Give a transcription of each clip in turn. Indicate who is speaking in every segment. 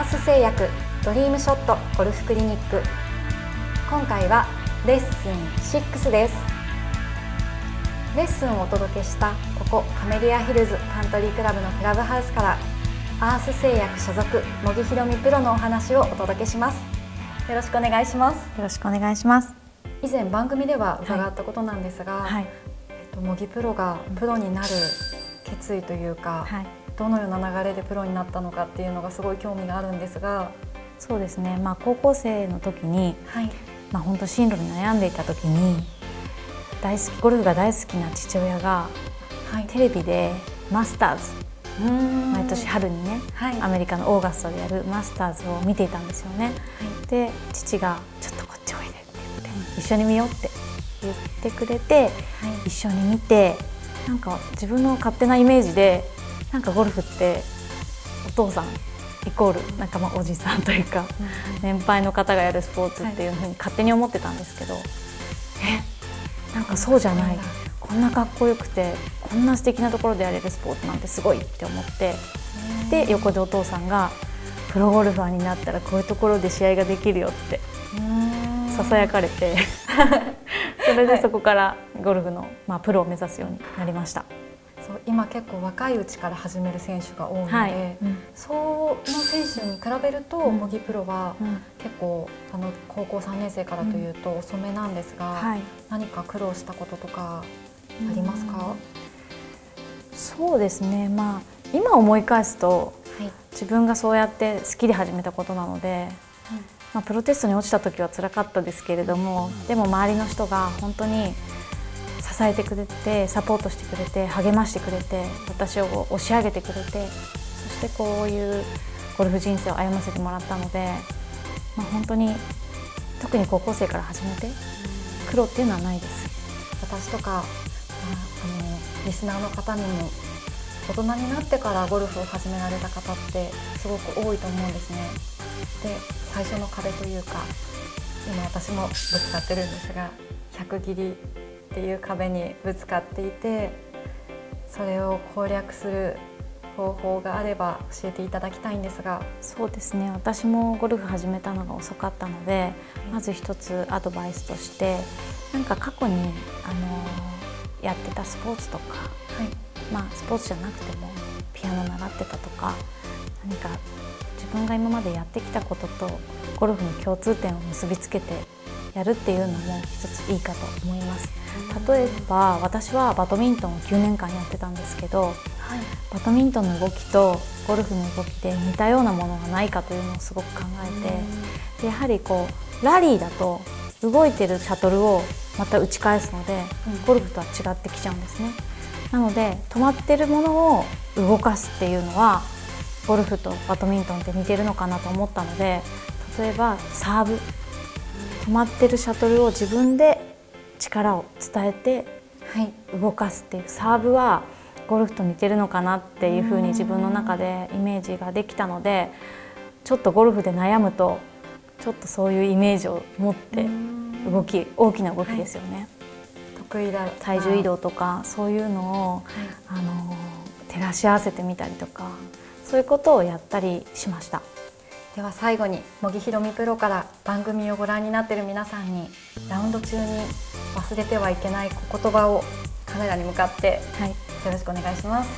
Speaker 1: ス製薬ドリームショットゴルフクリニック。今回はレッスン6です。レッスンをお届けしたここカメリアヒルズカントリークラブのクラブハウスからアース製薬所属茂木ひろみプロのお話をお届けします。よろしくお願いします。
Speaker 2: よろしくお願いします。
Speaker 1: 以前番組では伺ったことなんですが、茂木プロがプロになる決意というか、どのような流れでプロになったのかっていうのがすごい興味があるんですが。
Speaker 2: そうですね、高校生の時に、本当進路に悩んでいた時にゴルフが大好きな父親が、テレビでマスターズ、毎年春にね、アメリカのオーガストでやるマスターズを見ていたんですよね。で父がちょっとこっちおいでって言って、一緒に見ようって言ってくれて、一緒に見て、なんか自分の勝手なイメージでなんかゴルフってお父さんイコールなんかおじさんというか、年配の方がやるスポーツっていうふうに勝手に思ってたんですけど、なんかそうじゃない、こんなかっこよくてこんな素敵なところでやれるスポーツなんてすごいって思って、で横でお父さんがプロゴルファーになったらこういうところで試合ができるよってささやかれてそれでそこからゴルフの、プロを目指すようになりました。
Speaker 1: そう今結構若いうちから始める選手が多いので、その選手に比べると茂木プロは結構高校3年生からというと遅めなんですが、何か苦労したこととかありますか？
Speaker 2: そうですね、今思い返すと、自分がそうやって好きで始めたことなので、プロテストに落ちた時は辛かったですけれども、でも周りの人が本当に支えてくれて、サポートしてくれて、励ましてくれて、私を押し上げてくれて、そしてこういうゴルフ人生を歩ませてもらったので、本当に特に高校生から始めて苦労っていうのはないです。
Speaker 1: 私とか、リスナーの方にも大人になってからゴルフを始められた方ってすごく多いと思うんですね。で、最初の壁というか、今私もぶつかってるんですが、100切りっていう壁にぶつかっていて、それを攻略する方法があれば教えていただきたいんですが。
Speaker 2: そうですね、私もゴルフ始めたのが遅かったので、まず一つアドバイスとして、なんか過去にやってたスポーツとか、スポーツじゃなくてもピアノ習ってたとか、何か自分が今までやってきたこととゴルフの共通点を結びつけてやるっていうのも一ついいかと思います。例えば私はバドミントンを9年間やってたんですけど、バドミントンの動きとゴルフの動きで似たようなものがないかというのをすごく考えて、でやはりラリーだと動いてるシャトルをまた打ち返すので、ゴルフとは違ってきちゃうんですね。なので止まってるものを動かすっていうのはゴルフとバドミントンって似てるのかなと思ったので、例えばサーブ、止まってるシャトルを自分で力を伝えて動かすっていうサーブはゴルフと似てるのかなっていうふうに自分の中でイメージができたので、ちょっとゴルフで悩むとちょっとそういうイメージを持って大きな動きですよね、
Speaker 1: 得意だ
Speaker 2: 体重移動とかそういうのを、照らし合わせてみたりとか、そういうことをやったりしました。
Speaker 1: では最後に茂木ひろみプロから番組をご覧になっている皆さんに、ラウンド中に忘れてはいけないお言葉をカメラに向かって、よろしくお願いします。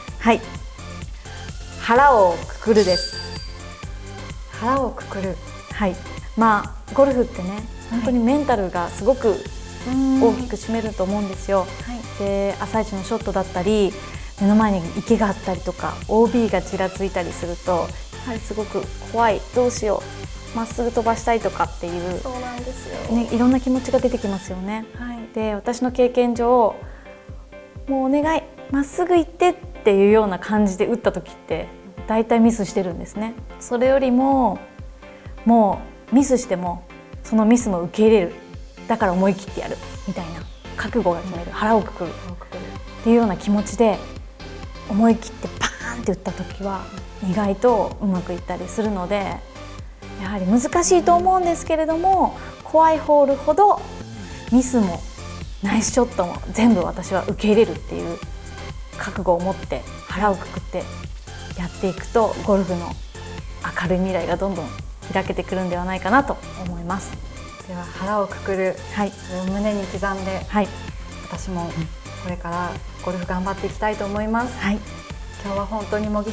Speaker 2: 腹をくくるです。
Speaker 1: 腹をくくる。
Speaker 2: ゴルフってね、本当にメンタルがすごく大きく占めると思うんですよ。で、朝一のショットだったり、目の前に池があったりとか OB がちらついたりすると、やはりすごく怖い、どうしよう、まっすぐ飛ばしたいとかっていう、
Speaker 1: そうなんですよ、
Speaker 2: いろんな気持ちが出てきますよね。で、私の経験上、もうお願い、まっすぐ行ってっていうような感じで打った時ってだいたいミスしてるんですね。それよりももうミスしてもそのミスも受け入れる、だから思い切ってやるみたいな覚悟が決める、腹をくくるっていうような気持ちで思い切ってパーンって打った時は意外とうまくいったりするので、やはり難しいと思うんですけれども、怖いホールほどミスもナイスショットも全部私は受け入れるっていう覚悟を持って腹をくくってやっていくと、ゴルフの明るい未来がどんどん開けてくるんではないかなと思います。
Speaker 1: では腹をくくる、
Speaker 2: はい、
Speaker 1: それを胸に刻んで、
Speaker 2: はい、
Speaker 1: 私もこれからゴルフ頑張っていきたいと思います。
Speaker 2: はい、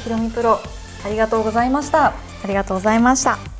Speaker 1: 今日は本当に茂木ひろみプロありがとうございました。
Speaker 2: ありがとうございました。